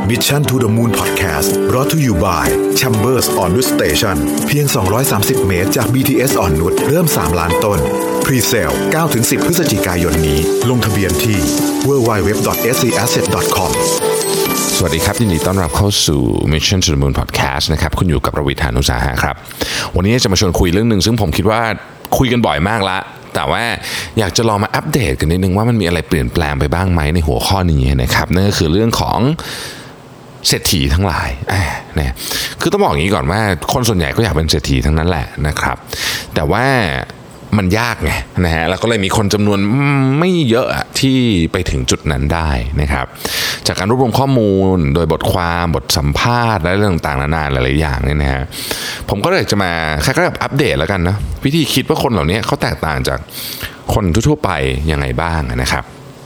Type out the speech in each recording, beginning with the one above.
Mission to the Moon Podcast brought to you by Chambers On Wood Station เพียง230เมตรจาก BTS อ่อนนุชเริ่ม3ล้านต้น Pre-sale 9-10 พฤศจิกายนนี้ลงทะเบียนที่ www.scasset.com สวัสดีครับยินดีต้อนรับเข้าสู่ Mission to the Moon Podcast นะครับคุณอยู่กับรวิทย์ หาญอุตสาหะครับวันนี้จะมาชวนคุยเรื่องนึงซึ่งผมคิดว่าคุยกันบ่อยมากละแต่ว่าอยากจะลองมาอัปเดตกันนิดนึงว่ามันมีอะไรเปลี่ยนแปลงไปบ้างไหมในหัวข้อนี้นะครับนั่นก็คือเรื่องของเศรษฐีทั้งหลายนะคือต้องบอกอย่างนี้ก่อนว่าคนส่วนใหญ่ก็อยากเป็นเศรษฐีทั้งนั้นแหละนะครับแต่ว่ามันยากไงนะฮะแล้วก็เลยมีคนจำนวนไม่เยอะที่ไปถึงจุดนั้นได้นะครับจากการรวบรวมข้อมูลโดยบทความบทสัมภาษณ์และเรื่องต่างๆนานาหลายๆอย่างเนี่ยนะฮะผมก็เลยจะมาคล้ายๆกับอัปเดตแล้วกันนะวิธีคิดว่าคนเหล่านี้เขาแตกต่างจากคนทั่วๆไปยังไงบ้างนะครับ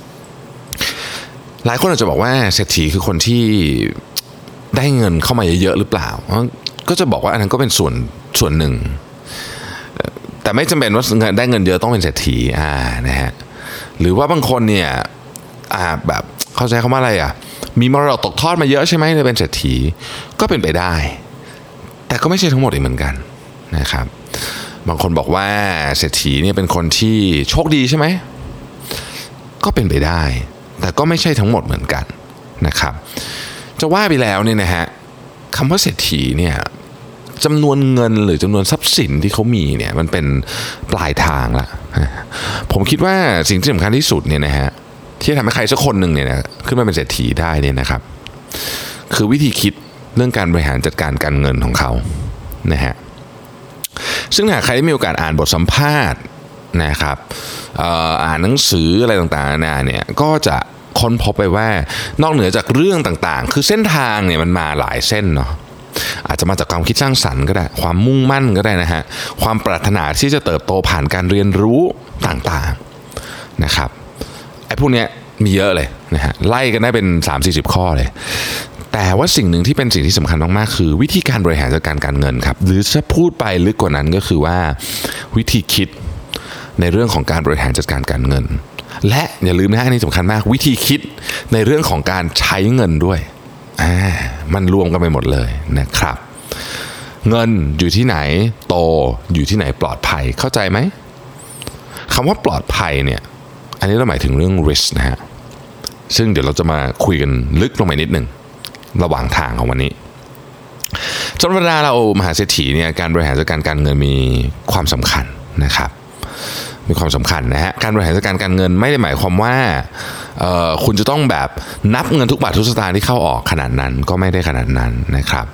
หลายคนอาจจะบอกว่าเศรษฐีคือคนที่ได้เงินเข้ามาเยอะๆหรือเปล่าก็จะบอกว่าอันนั้นก็เป็นส่วนหนึ่งแต่ไม่จำเป็นว่าได้เงินเยอะต้องเป็นเศรษฐีนะฮะหรือว่าบางคนเนี่ยแบบเข้าใจคำว่าอะไรมีมรดกตกทอดมาเยอะใช่ไหมเลยเป็นเศรษฐีก็เป็นไปได้แต่ก็ไม่ใช่ทั้งหมดอีกเหมือนกันนะครับบางคนบอกว่าเศรษฐีเนี่ยเป็นคนที่โชคดีใช่ไหมก็เป็นไปได้แต่ก็ไม่ใช่ทั้งหมดเหมือนกันนะครับจะว่าไปแล้วเนี่ยนะฮะคำว่าเศรษฐีเนี่ยจำนวนเงินหรือจำนวนทรัพย์สินที่เขามีเนี่ยมันเป็นปลายทางละผมคิดว่าสิ่งที่สำคัญที่สุดเนี่ยนะฮะที่ทำให้ใครสักคนหนึ่งเนี่ยนะขึ้นมาเป็นเศรษฐีได้เนี่ยนะครับคือวิธีคิดเรื่องการบริหารจัดการการเงินของเขานะฮะซึ่งหากใครได้มีโอกาสอ่านบทสัมภาษณ์นะครับอ่านหนังสืออะไรต่างๆเนี่ยก็จะค้นพบไปว่านอกเหนือจากเรื่องต่างๆคือเส้นทางเนี่ยมันมาหลายเส้นเนาะอาจจะมาจากความคิดสร้างสรรค์ก็ได้ความมุ่งมั่นก็ได้นะฮะความปรารถนาที่จะเติบโตผ่านการเรียนรู้ต่างๆนะครับไอ้พวกเนี้ยมีเยอะเลยนะฮะไล่กันได้เป็น 30-40 ข้อเลยแต่ว่าสิ่งหนึ่งที่เป็นสิ่งที่สำคัญมากๆคือวิธีการบริหารจัดการการเงินครับหรือจะพูดไปลึกกว่านั้นก็คือว่าวิธีคิดในเรื่องของการบริหารจัดการการเงินและอย่าลืมนะอันนี้สำคัญมากวิธีคิดในเรื่องของการใช้เงินด้วยมันรวมกันไปหมดเลยนะครับเงินอยู่ที่ไหนโตอยู่ที่ไหนปลอดภัยเข้าใจไหมคำว่าปลอดภัยเนี่ยอันนี้เราหมายถึงเรื่อง risk นะฮะซึ่งเดี๋ยวเราจะมาคุยกันลึกลงไปนิดนึงระหว่างทางของวันนี้สำหรับเวลาเรามหาเศรษฐีเนี่ยการบริหารจัดการการเงินมีความสำคัญนะครับมีความสำคัญนะฮะการบริหารจัดการการเงินไม่ได้หมายความว่าคุณจะต้องแบบนับเงินทุกบาททุกสตางค์ที่เข้าออกขนาดนั้นก็ไม่ได้ขนาดนั้นนะครับ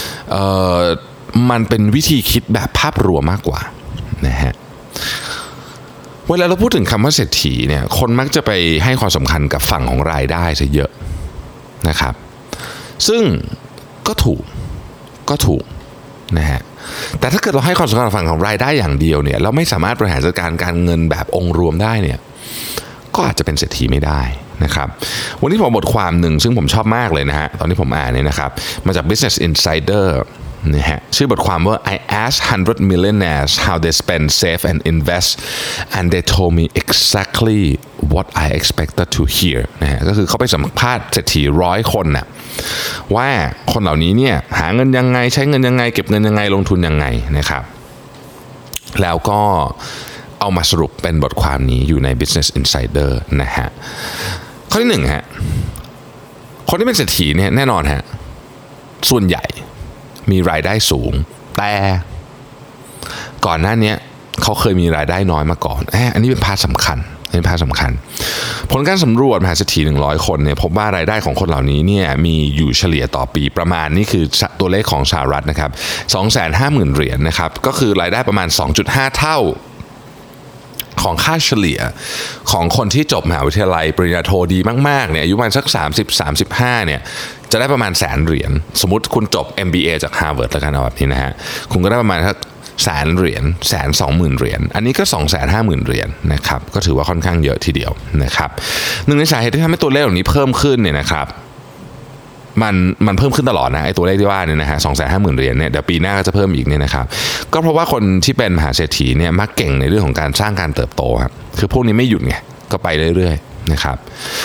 มันเป็นวิธีคิดแบบภาพรวมมากกว่านะฮะเวลาเราพูดถึงคำว่าเศรษฐีเนี่ยคนมักจะไปให้ความสำคัญกับฝั่งของรายได้ซะเยอะนะครับซึ่งก็ถูกนะฮะแต่ถ้าเกิดเราให้ความสำคัญกับฝั่งของรายได้อย่างเดียวเนี่ยเราไม่สามารถบริหารจัดการการเงินแบบองค์รวมได้เนี่ยก็อาจจะเป็นเศรษฐีไม่ได้นะครับวันนี้ผมบทความหนึ่งซึ่งผมชอบมากเลยนะฮะตอนที่ผมอ่านเนี่ยนะครับมาจาก Business Insider นะฮะชื่อบทความว่า I asked 100 millionaires how they spend save and invest and they told me exactly what I expected to hear นะฮะก็คือเขาไปสัมภาษณ์เศรษฐี100 คนน่ะว่าคนเหล่านี้เนี่ยหาเงินยังไงใช้เงินยังไงเก็บเงินยังไงลงทุนยังไงนะครับแล้วก็เอามาสรุปเป็นบทความนี้อยู่ใน Business Insider นะฮะข้อที่1ฮะคนที่เป็นเศรษฐีเนี่ยแน่นอนฮะส่วนใหญ่มีรายได้สูงแต่ก่อนหน้านี้เขาเคยมีรายได้น้อยมาก่อนอันนี้เป็นพาร์ทสำคัญผลการสำรวจมหาเศรษฐี100 คนเนี่ยพบว่ารายได้ของคนเหล่านี้เนี่ยมีอยู่เฉลี่ยต่อปีประมาณนี่คือตัวเลขของสหรัฐนะครับ 250,000 เหรียญนะครับก็คือรายได้ประมาณ 2.5 เท่าของค่าเฉลี่ยของคนที่จบมหาวิทยาลัยปริญญาโทดีมากๆเนี่ยอายุประมาณสัก30-35เนี่ยจะได้ประมาณ100,000 เหรียญสมมุติคุณจบ MBA จาก Harvard แล้วกันเอาแบบนี้นะฮะคุณก็ได้ประมาณสัก100,000 เหรียญ120,000 เหรียญอันนี้ก็ 250,000 เหรียญนะครับก็ถือว่าค่อนข้างเยอะทีเดียวนะครับหนึ่งในสาเหตุที่ทำให้ตัวเลขเหล่านี้เพิ่มขึ้นเนี่ยนะครับมันเพิ่มขึ้นตลอดนะไอ้ตัวเลขที่ว่าเนี่ยนะฮะ 250,000 เหรียญเนี่ยเดี๋ยวปีหน้าก็จะเพิ่มอีกเนี่ยนะครับก็เพราะว่าคนที่เป็นมหาเศรษฐีเนี่ยมักเก่งในเรื่องของการสร้างการเติบโตครับคือพวกนี้ไม่หยุดไงก็ไปเรื่อยๆนะครับ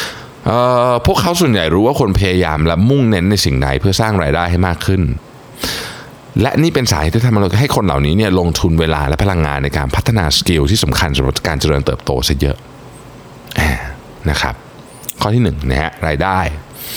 พวกเขาส่วนใหญ่รู้ว่าคนพยายามและมุ่งเน้นในสิ่งใดเพื่อสร้างรายได้ให้มากขึ้นและนี่เป็นสาเหตุที่ทำให้คนเหล่านี้เนี่ยลงทุนเวลาและพลังงานในการพัฒนาสกิลที่สำคัญสำหรับการเจริญเติบโตซะเยอะนะครับข้อที่1นะฮะรายได้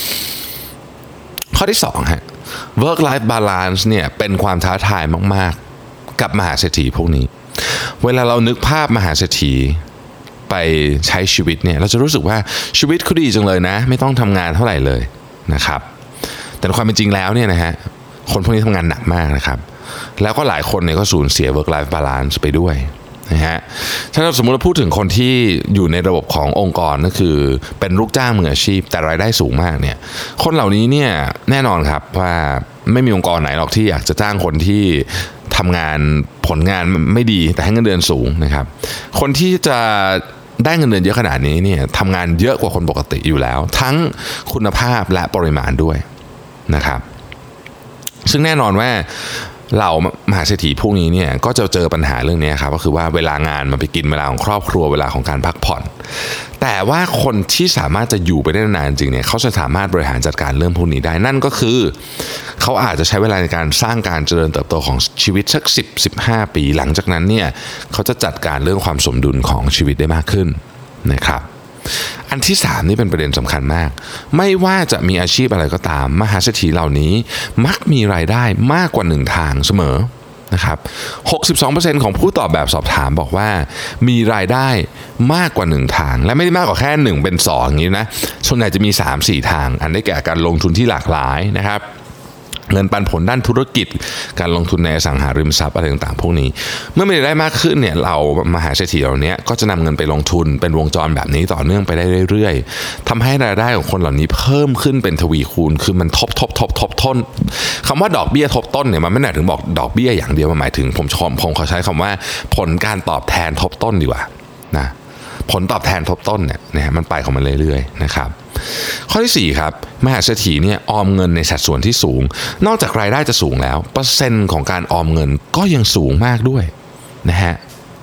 ข้อที่2ฮะ work life balance เนี่ยเป็นความท้าทายมากๆกับมหาเศรษฐีพวกนี้เวลาเรานึกภาพมหาเศรษฐีไปใช้ชีวิตเนี่ยเราจะรู้สึกว่าชีวิตเขาดีจังเลยนะไม่ต้องทำงานเท่าไหร่เลยนะครับแต่ความเป็นจริงแล้วเนี่ยนะฮะคนพวกนี้ทำงานหนักมากนะครับแล้วก็หลายคนเนี่ยก็สูญเสีย work life balance ไปด้วยนะฮะถ้าเราสมมติเราพูดถึงคนที่อยู่ในระบบขององค์กรก็คือเป็นลูกจ้างมืออาชีพแต่รายได้สูงมากเนี่ยคนเหล่านี้เนี่ยแน่นอนครับว่าไม่มีองค์กรไหนหรอกที่อยากจะจ้างคนที่ทำงานผลงานไม่ดีแต่ให้เงินเดือนสูงนะครับคนที่จะได้เงินเดือนเยอะขนาดนี้เนี่ยทำงานเยอะกว่าคนปกติอยู่แล้วทั้งคุณภาพและปริมาณด้วยนะครับซึ่งแน่นอนว่าเหล่ามหาเศรษฐีพวกนี้เนี่ยก็จะเจอปัญหาเรื่องนี้ครับก็คือว่าเวลางานมันไปกินเวลาของครอบครัวเวลาของการพักผ่อนแต่ว่าคนที่สามารถจะอยู่ไปได้นานจริงเนี่ยเขาจะสามารถบริหารจัดการเรื่องพวกนี้ได้นั่นก็คือเขาอาจจะใช้เวลาในการสร้างการเจริญเติบโตของชีวิตสัก10-15 ปีหลังจากนั้นเนี่ยเขาจะจัดการเรื่องความสมดุลของชีวิตได้มากขึ้นนะครับอันที่3นี่เป็นประเด็นสำคัญมากไม่ว่าจะมีอาชีพอะไรก็ตามมหาเศรษฐีเหล่านี้มักมีรายได้มากกว่า1ทางเสมอนะครับ 62% ของผู้ตอบแบบสอบถามบอกว่ามีรายได้มากกว่า1ทางและไม่ได้มากกว่าแค่1เป็น2อย่างนี้นะส่วนใหญ่จะมี 3-4 ทางอันได้แก่การลงทุนที่หลากหลายนะครับเงินปันผลด้านธุรกิจการลงทุนในอสังหาริมทรัพย์อะไรต่างๆพวกนี้เมื่อมีรายได้มากขึ้นเนี่ยเรามหาเศรษฐีเหล่านี้ก็จะนำเงินไปลงทุนเป็นวงจรแบบนี้ต่อเนื่องไปได้เรื่อยๆทำให้รายได้ของคนเหล่านี้เพิ่มขึ้นเป็นทวีคูณคือมันทบต้นคำว่าดอกเบี้ยทบต้นเนี่ยมันไม่ได้ถึงบอกดอกเบี้ยอย่างเดียวมันหมายถึงผมขอใช้คำว่าผลการตอบแทนทบต้นดีกว่านะผลตอบแทนทบต้นเนี่ยนะมันไปของมันเรื่อยๆนะครับข้อที่4ครับมหาเศรษฐีเนี่ยออมเงินในสัดส่วนที่สูงนอกจากรายได้จะสูงแล้วเปอร์เซ็นต์ของการออมเงินก็ยังสูงมากด้วยนะฮะ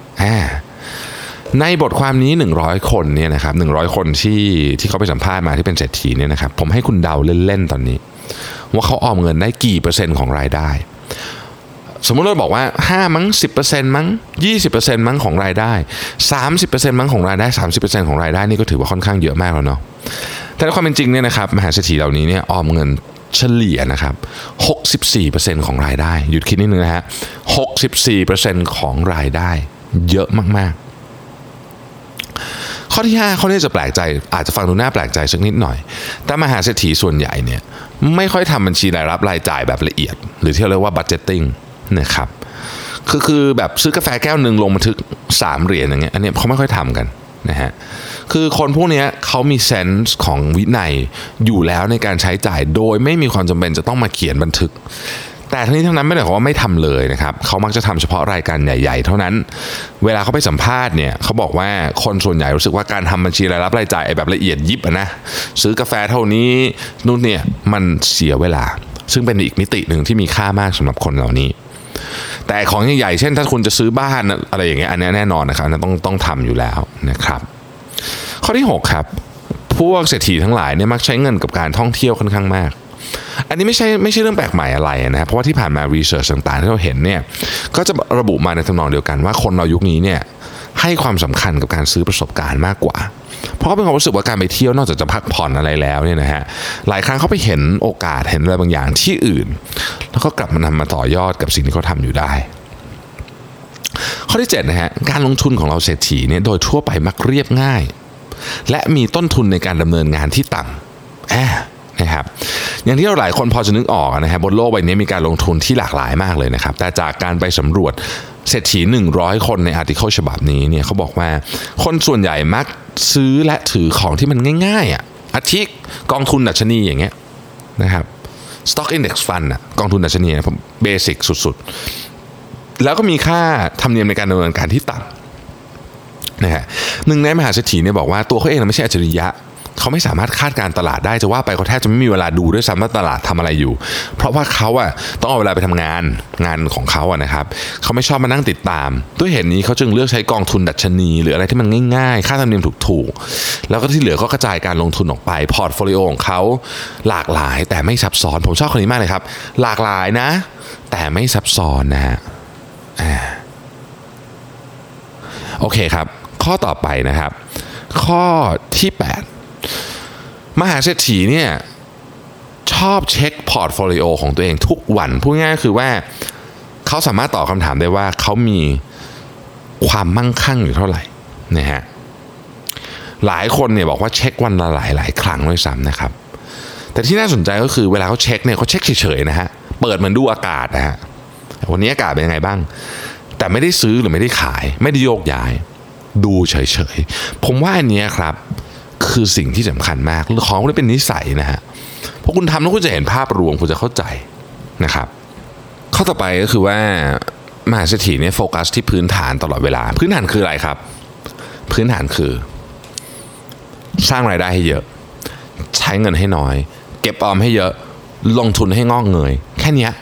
ในบทความนี้100คนเนี่ยนะครับ100คนที่เขาไปสัมภาษณ์มาที่เป็นเศรษฐีเนี่ยนะครับผมให้คุณเดาเล่นๆตอนนี้ว่าเขาออมเงินได้กี่เปอร์เซ็นต์ของรายได้สมมติเราบอกว่า5มั้ง 10% มั้ง 20% มั้งของรายได้ 30% มั้งของรายได้ 30% ของรายได้นี่ก็ถือว่าค่อนข้างเยอะมากแล้วเนาะแต่ในความเป็นจริงเนี่ยนะครับมหาเศรษฐีเหล่านี้เนี่ยออมเงินเฉลี่ยนะครับ 64% ของรายได้หยุดคิดนิดนึงนะฮะ 64% ของรายได้เยอะมากๆข้อที่5ข้อนี้จะแปลกใจอาจจะฟังดูน่าแปลกใจสักนิดหน่อยแต่มหาเศรษฐีส่วนใหญ่เนี่ยไม่ค่อยทำบัญชีรายรับรายจ่ายแบบละเอียดหรือที่เรียกว่า budgetingนะครับคือแบบซื้อกาแฟแก้วนึงลงบันทึก3 เหรียญอย่างเงี้ยอันนี้เขาไม่ค่อยทำกันนะฮะคือคนพวกนี้เขามีเซนส์ของวินัยอยู่แล้วในการใช้จ่ายโดยไม่มีความจำเป็นจะต้องมาเขียนบันทึกแต่ทั้งนี้ทั้งนั้นไม่ได้หมายความว่าไม่ทำเลยนะครับเขามักจะทำเฉพาะรายการใหญ่ๆเท่านั้นเวลาเขาไปสัมภาษณ์เนี่ยเขาบอกว่าคนส่วนใหญ่รู้สึกว่าการทำบัญชีรายรับรายจ่ายแบบละเอียดยิบนะซื้อกาแฟเท่านี้นู่นเนี่ยมันเสียเวลาซึ่งเป็นอีกมิติหนึ่งที่มีค่ามากสำหรับคนเหล่านี้แต่ของใหญ่ๆเช่นถ้าคุณจะซื้อบ้านอะไรอย่างเงี้ยอันนี้แน่นอนนะครับต้องทำอยู่แล้วนะครับข้อที่6ครับพวกเศรษฐีทั้งหลายเนี่ยมักใช้เงินกับการท่องเที่ยวค่อนข้างมากอันนี้ไม่ใช่เรื่องแปลกใหม่อะไรนะครับเพราะว่าที่ผ่านมารีเสิร์ชต่างๆที่เราเห็นเนี่ยก็จะระบุมาในทำนองเดียวกันว่าคนเรายุคนี้เนี่ยให้ความสำคัญกับการซื้อประสบการณ์มากกว่าเพราะเขาเป็นความรู้สึกว่าการไปเที่ยวนอกจากจะพักผ่อนอะไรแล้วเนี่ยนะฮะหลายครั้งเขาไปเห็นโอกาสเห็นอะไรบางอย่างที่อื่นแล้วก็กลับมานำมาต่อยอดกับสิ่งที่เขาทำอยู่ได้ข้อที่7นะฮะการลงทุนของเราเศรษฐีเนี่ยโดยทั่วไปมักเรียบง่ายและมีต้นทุนในการดำเนินงานที่ต่ำนะครับอย่างที่เราหลายคนพอจะนึกออกนะฮะบนโลกใบนี้มีการลงทุนที่หลากหลายมากเลยนะครับแต่จากการไปสำรวจเศรษฐี100คนในอาร์ติเคิลฉบับนี้เนี่ยเขาบอกว่าคนส่วนใหญ่มักซื้อและถือของที่มันง่ายๆอาทิกองทุนดัชนีอย่างเงี้ยนะครับ Stock Index Fund กองทุนดัชนีนะเบสิกสุดๆแล้วก็มีค่าธรรมเนียมในการดำเนินการที่ต่ำนะฮะหนึ่งในมหาเศรษฐีเนี่ยบอกว่าตัวเขาเองไม่ใช่อัจฉริยะเขาไม่สามารถคาดการตลาดได้จะว่าไปเขาแทบจะไม่มีเวลาดูด้วยซ้ำว่าตลาดทำอะไรอยู่เพราะว่าเขาอะต้องเอาเวลาไปทำงานของเขาอะนะครับเขาไม่ชอบมานั่งติดตามด้วยเหตุนี้เขาจึงเลือกใช้กองทุนดัชนีหรืออะไรที่มันง่ายๆค่าธรรมเนียมถูกๆแล้วก็ที่เหลือก็กระจายการลงทุนออกไปพอร์ตโฟลิโอของเขาหลากหลายแต่ไม่ซับซ้อนผมชอบคนนี้มากเลยครับหลากหลายนะแต่ไม่ซับซ้อนนะฮะโอเคครับข้อต่อไปนะครับข้อที่8มหาเศรษฐีเนี่ยชอบเช็คพอร์ตโฟลิโอของตัวเองทุกวันพูดง่ายๆคือว่าเขาสามารถตอบคำถามได้ว่าเขามีความมั่งคั่งอยู่เท่าไหร่นะฮะหลายคนเนี่ยบอกว่าเช็ควันละหลายครั้งด้วยซ้ำนะครับแต่ที่น่าสนใจก็คือเวลาเขาเช็คเนี่ยเขาเช็คเฉยๆนะฮะเปิดเหมือนดูอากาศนะฮะวันนี้อากาศเป็นยังไงบ้างแต่ไม่ได้ซื้อหรือไม่ได้ขายไม่ได้โยกย้ายดูเฉยๆผมว่าอันนี้ครับคือสิ่งที่สำคัญมากของพวกนี้เป็นนิสัยนะฮะเพราะคุณทำแล้วคุณจะเห็นภาพรวมคุณจะเข้าใจนะครับข้อต่อไปก็คือว่ามหาเศรษฐีเนี่ยโฟกัสที่พื้นฐานตลอดเวลาพื้นฐานคืออะไรครับพื้นฐานคือสร้างรายได้ให้เยอะใช้เงินให้น้อยเก็บออมให้เยอะลงทุนให้งอกเงยแค่นี้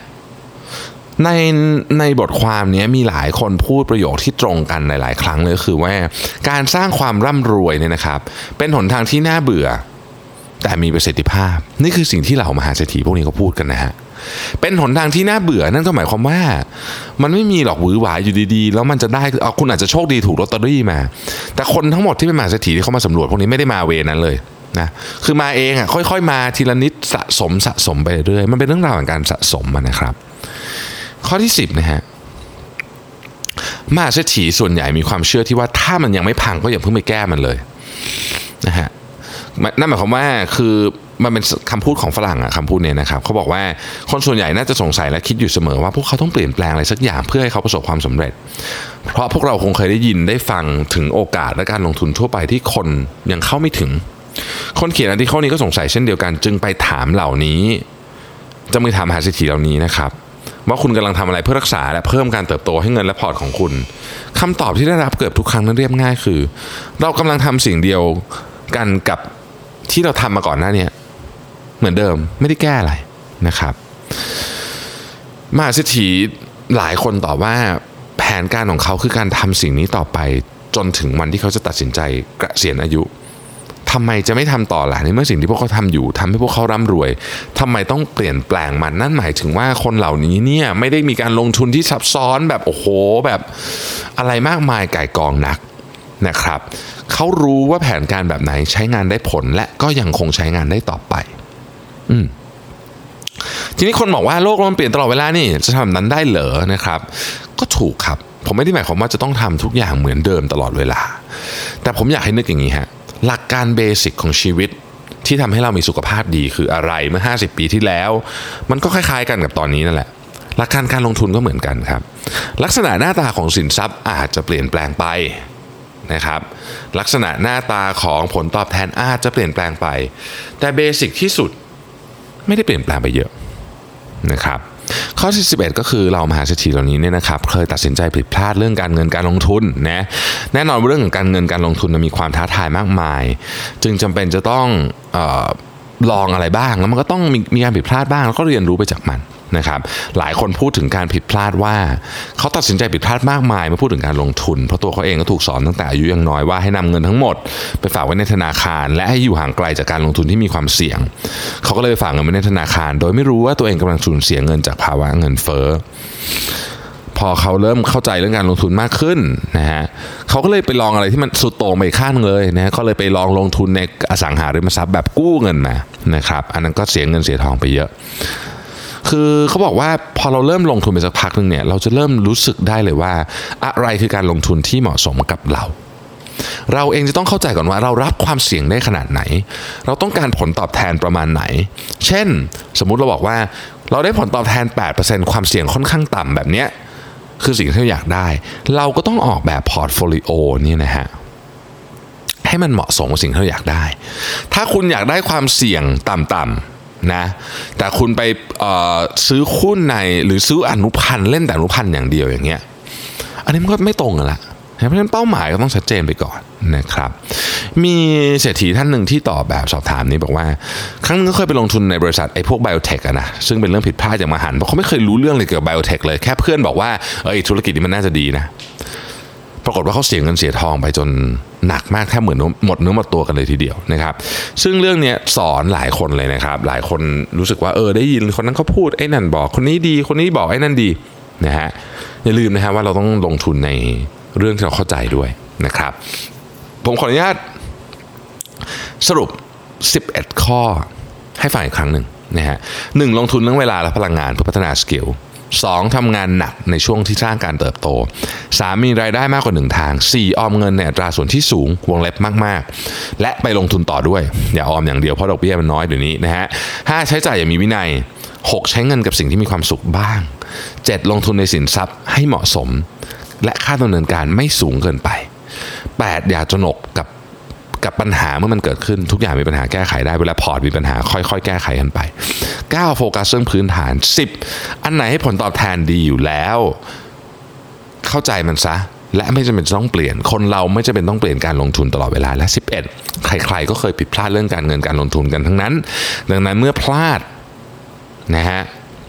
ในบทความนี้มีหลายคนพูดประโยคที่ตรงกันหลายๆครั้งเลยคือว่าการสร้างความร่ำรวยเนี่ยนะครับเป็นหนทางที่น่าเบื่อแต่มีประสิทธิภาพนี่คือสิ่งที่เหล่ามหาเศรษฐีพวกนี้เขาพูดกันนะฮะเป็นหนทางที่น่าเบื่อนั่นก็หมายความว่ามันไม่มีหรอกหวือหวาอยู่ดีๆแล้วมันจะได้คุณอาจจะโชคดีถูกลอตเตอรี่มาแต่คนทั้งหมดที่เป็นมหาเศรษฐีที่เขามาสำรวจพวกนี้ไม่ได้มาเวนั้นเลยนะคือมาเองอ่ะค่อยๆมาทีละนิดสะสมไปเรื่อยมันเป็นเรื่องราวของการสะสมนะครับข้อที่10นะฮะมหาเศรษฐีส่วนใหญ่มีความเชื่อที่ว่าถ้ามันยังไม่พังก็อย่าเพิ่งไปแก้มันเลยนะฮะนั่นหมายความว่าคือมันเป็นคำพูดของฝรั่งอะคำพูดเนี่ยนะครับเขาบอกว่าคนส่วนใหญ่น่าจะสงสัยและคิดอยู่เสมอว่าพวกเขาต้องเปลี่ยนแปลงอะไรสักอย่างเพื่อให้เขาประสบความสำเร็จเพราะพวกเราคงเคยได้ยินได้ฟังถึงโอกาสและการลงทุนทั่วไปที่คนยังเข้าไม่ถึงคนเขียนอาร์ติเคิลนี้ก็สงสัยเช่นเดียวกันจึงไปถามเหล่านี้จะไปถามมหาเศรษฐีเหล่านี้นะครับว่าคุณกำลังทำอะไรเพื่อรักษาและเพิ่มการเติบโตให้เงินและพอร์ตของคุณคำตอบที่ได้รับเกือบทุกครั้งนั้นเรียบง่ายคือเรากำลังทำสิ่งเดียวกันกับที่เราทำมาก่อนหน้านี้เหมือนเดิมไม่ได้แก้อะไรนะครับมหาเศรษฐีหลายคนตอบว่าแผนการของเขาคือการทำสิ่งนี้ต่อไปจนถึงวันที่เขาจะตัดสินใจเกษียณอายุทำไมจะไม่ทำต่อล่ะในเมื่อสิ่งที่พวกเขาทำอยู่ทำให้พวกเขาร่ำรวยทำไมต้องเปลี่ยนแปลงมันนั่นหมายถึงว่าคนเหล่านี้เนี่ยไม่ได้มีการลงทุนที่ซับซ้อนแบบโอ้โหแบบอะไรมากมายก่ายกองนักนะครับเขารู้ว่าแผนการแบบไหนใช้งานได้ผลและก็ยังคงใช้งานได้ต่อไปทีนี้คนบอกว่าโลกมันเปลี่ยนตลอดเวลานี่จะทำแบบนั้นได้เหรอนะครับก็ถูกครับผมไม่ได้หมายความว่าจะต้องทำทุกอย่างเหมือนเดิมตลอดเวลาแต่ผมอยากให้นึกอย่างนี้ฮะหลักการเบสิกของชีวิตที่ทำให้เรามีสุขภาพดีคืออะไรเมื่อ50ปีที่แล้วมันก็คล้ายๆกันกับตอนนี้นั่นแหละหลักการลงทุนก็เหมือนกันครับลักษณะหน้าตาของสินทรัพย์อาจจะเปลี่ยนแปลงไปนะครับลักษณะหน้าตาของผลตอบแทนอาจจะเปลี่ยนแปลงไปแต่เบสิกที่สุดไม่ได้เปลี่ยนแปลงไปเยอะนะครับข้อที่11ก็คือเรามหาเศรษฐีเหล่านี้เนี่ยนะครับเคยตัดสินใจผิดพลาดเรื่องการเงินการลงทุนนะแน่นอนเรื่องของการเงินการลงทุนมีความท้าทายมากมายจึงจำเป็นจะต้องลองอะไรบ้างแล้วมันก็ต้องมีการผิดพลาดบ้างแล้วก็เรียนรู้ไปจากมันนะครับหลายคนพูดถึงการผิดพลาดว่าเขาตัดสินใจผิดพลาดมากมายเมื่อพูดถึงการลงทุนเพราะตัวเขาเองก็ถูกสอนตั้งแต่อายุยังน้อยว่าให้นำเงินทั้งหมดไปฝากไว้ในธนาคารและให้อยู่ห่างไกลจากการลงทุนที่มีความเสี่ยงเขาก็เลยไปฝากเงินไว้ในธนาคารโดยไม่รู้ว่าตัวเองกำลังสูญเสียเงินจากภาวะเงินเฟ้อพอเขาเริ่มเข้าใจเรื่องการลงทุนมากขึ้นนะฮะเขาก็เลยไปลองอะไรที่มันสุดโต่งไปอีกข้างเลยนะก็เลยไปลงทุนในอสังหาริมทรัพย์แบบกู้เงินมานะครับอันนั้นก็เสียเงินเสียทองไปเยอะคือเขาบอกว่าพอเราเริ่มลงทุนไปสักพักนึงเนี่ยเราจะเริ่มรู้สึกได้เลยว่าอะไรคือการลงทุนที่เหมาะสมกับเราเองจะต้องเข้าใจก่อนว่าเรารับความเสี่ยงได้ขนาดไหนเราต้องการผลตอบแทนประมาณไหนเช่นสมมุติเราบอกว่าเราได้ผลตอบแทน 8% ความเสี่ยงค่อนข้างต่ำแบบเนี้ยคือสิ่งที่เราอยากได้เราก็ต้องออกแบบพอร์ตโฟลิโอนี่นะฮะให้มันเหมาะสมกับสิ่งที่เราอยากได้ถ้าคุณอยากได้ความเสี่ยงต่ำๆนะแต่คุณไปซื้อหุ้นในหรือซื้ออนุพันธ์เล่นแต่อนุพันธ์อย่างเดียวอย่างเงี้ยอันนี้มันก็ไม่ตรงกันละเพราะฉะนั้นเป้าหมายก็ต้องชัดเจนไปก่อนนะครับมีเศรษฐีท่านหนึ่งที่ตอบแบบสอบถามนี้บอกว่าครั้งนึงเคยไปลงทุนในบริษัทไอ้พวกไบโอเทคนะซึ่งเป็นเรื่องผิดพลาดอย่างมหันต์เพราะเขาไม่เคยรู้เรื่องเลยเกี่ยวกับไบโอเทคเลยแค่เพื่อนบอกว่าธุรกิจนี้มันน่าจะดีนะปรากฏว่าเขาเสียเงินเสียทองไปจนหนักมากแทบเหมือนหมดเนื้อหมดตัวกันเลยทีเดียวนะครับซึ่งเรื่องนี้สอนหลายคนเลยนะครับหลายคนรู้สึกว่าได้ยินคนนั้นเขาพูดไอ้นั่นบอกคนนี้ดีคนนี้บอกไอ้นั่นดีนะฮะอย่าลืมนะฮะว่าเราต้องลงทุนในเรื่องที่เราเข้าใจด้วยนะครับผมขออนุญาตสรุป11ข้อให้ฟังอีกครั้งหนึ่งนะฮะ1ลงทุนเรื่องเวลาและพลังงานเพื่อพัฒนาสกิล2ทำงานหนักในช่วงที่สร้างการเติบโต3มีรายได้มากกว่า1ทาง4ออมเงินในอัตราส่วนที่สูงวงเล็บมากๆและไปลงทุนต่อด้วยอย่าออมอย่างเดียวเพราะดอกเบี้ยมันน้อยเดี๋ยวนี้นะฮะ5ใช้จ่ายอย่างมีวินัย6ใช้เงินกับสิ่งที่มีความสุขบ้าง7ลงทุนในสินทรัพย์ให้เหมาะสมและค่าดำเนินการไม่สูงเกินไป8อย่าตระหนกกับปัญหาเมื่อมันเกิดขึ้นทุกอย่างมีปัญหาแก้ไขได้เวลาพอร์ตมีปัญหาค่อยๆแก้ไขกันไป9โฟกัสเรื่องพื้นฐาน10อันไหนให้ผลตอบแทนดีอยู่แล้วเข้าใจมันซะและไม่จำเป็นต้องเปลี่ยนคนเราไม่จำเป็นต้องเปลี่ยนการลงทุนตลอดเวลาและ11ใครๆก็เคยผิดพลาดเรื่องการเงินการลงทุนกันทั้งนั้นดังนั้นเมื่อพลาดนะฮะ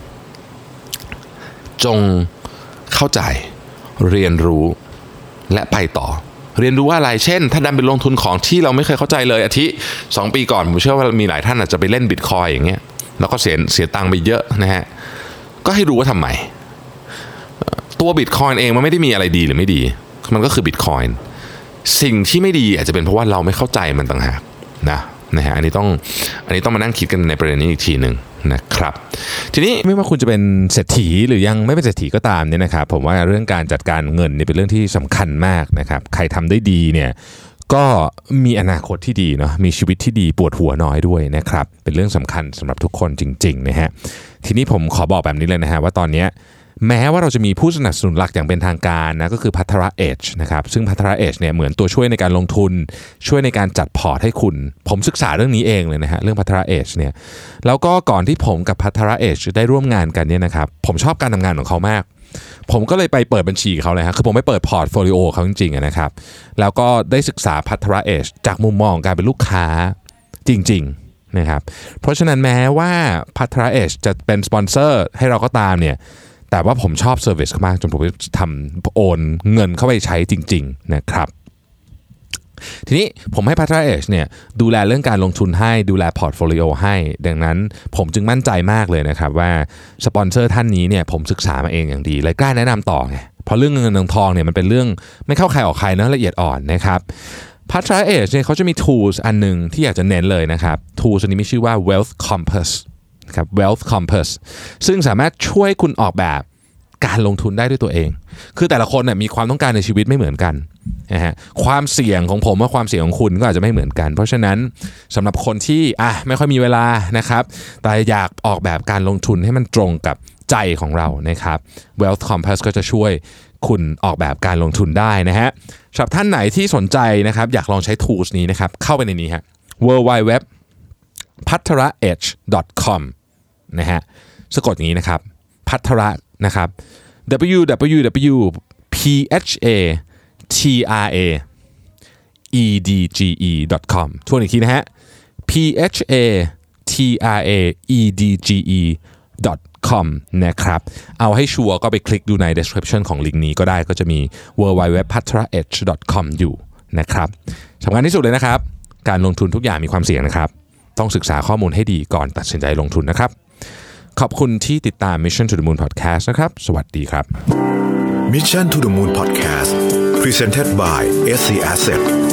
จงเข้าใจเรียนรู้และไปต่อเรียนรู้ว่าอะไรเช่นถ้าดันไปลงทุนของที่เราไม่เคยเข้าใจเลย2 ปีก่อนผมเชื่อว่ามีหลายท่านอาจจะไปเล่นบิตคอยน์อย่างเงี้ยแล้วก็เสียตังค์ไปเยอะนะฮะก็ให้รู้ว่าทำไมตัวบิตคอยน์เองมันไม่ได้มีอะไรดีหรือไม่ดีมันก็คือบิตคอยน์สิ่งที่ไม่ดีอาจจะเป็นเพราะว่าเราไม่เข้าใจมันต่างหากนะฮะอันนี้ต้องมานั่งคิดกันในประเด็นนี้อีกทีนึงนะครับทีนี้ไม่ว่าคุณจะเป็นเศรษฐีหรือยังไม่เป็นเศรษฐีก็ตามเนี่ยนะครับผมว่าเรื่องการจัดการเงินนี่เป็นเรื่องที่สำคัญมากนะครับใครทำได้ดีเนี่ยก็มีอนาคตที่ดีเนาะมีชีวิตที่ดีปวดหัวน้อยด้วยนะครับเป็นเรื่องสำคัญสำหรับทุกคนจริงๆนะฮะทีนี้ผมขอบอกแบบนี้เลยนะฮะว่าตอนนี้แม้ว่าเราจะมีผู้สนับสนุนหลักอย่างเป็นทางการนะก็คือพัทระเอจนะครับซึ่งพัทระเอจเนี่ยเหมือนตัวช่วยในการลงทุนช่วยในการจัดพอร์ตให้คุณผมศึกษาเรื่องนี้เองเลยนะฮะเรื่องพัทระเอจเนี่ยแล้วก็ก่อนที่ผมกับพัทระเอจได้ร่วมงานกันเนี่ยนะครับผมชอบการทำงานของเขามากผมก็เลยไปเปิดบัญชีเขาเลยฮะคือผมไปเปิดพอร์ตโฟลิโอเขาจริงๆนะครับแล้วก็ได้ศึกษาพัทระเอจจากมุมมองการเป็นลูกค้าจริงๆนะครับเพราะฉะนั้นแม้ว่าพัทระเอจจะเป็นสปอนเซอร์ให้เราก็ตามเนี่ยแต่ว่าผมชอบเซอร์วิสมากจนผมทำโอนเงินเข้าไปใช้จริงๆนะครับทีนี้ผมให้พัทระเอจเนี่ยดูแลเรื่องการลงทุนให้ดูแลพอร์ตโฟลิโอให้ดังนั้นผมจึงมั่นใจมากเลยนะครับว่าสปอนเซอร์ท่านนี้เนี่ยผมศึกษามาเองอย่างดีเลยกล้าแนะนำต่อไงเพราะเรื่องเงินทองเนี่ยมันเป็นเรื่องไม่เข้าใครออกใครนะละเอียดอ่อนนะครับพัทระเอจเนี่ยเขาจะมี tools อันนึงที่อยากจะเน้นเลยนะครับ tools อันนี้มีชื่อว่า Wealth Compass ครับ Wealth Compass ซึ่งสามารถช่วยคุณออกแบบการลงทุนได้ด้วยตัวเองคือแต่ละคนเนี่ยมีความต้องการในชีวิตไม่เหมือนกันนะฮะความเสี่ยงของผมกับความเสี่ยงของคุณก็อาจจะไม่เหมือนกันเพราะฉะนั้นสำหรับคนที่ไม่ค่อยมีเวลานะครับแต่อยากออกแบบการลงทุนให้มันตรงกับใจของเรานะครับ Wealth Compass ก็จะช่วยคุณออกแบบการลงทุนได้นะฮะสำหรับท่านไหนที่สนใจนะครับอยากลองใช้ tools นี้นะครับเข้าไปในนี้ฮะ www.patharaedge.com นะฮะสะกดอย่างนี้นะครับพัทระนะครับ www.patharaedge.com ทวนอีกทีนะฮะ patharaedge.com นะครับเอาให้ชัวร์ก็ไปคลิกดูใน description ของลิงก์นี้ก็ได้ก็จะมี www.patharaedge.com อยู่นะครับสำคัญที่สุดเลยนะครับการลงทุนทุกอย่างมีความเสี่ยงนะครับต้องศึกษาข้อมูลให้ดีก่อนตัดสินใจลงทุนนะครับขอบคุณที่ติดตาม Mission to the Moon Podcast นะครับสวัสดีครับ Mission to the Moon Podcast Presented by SC Asset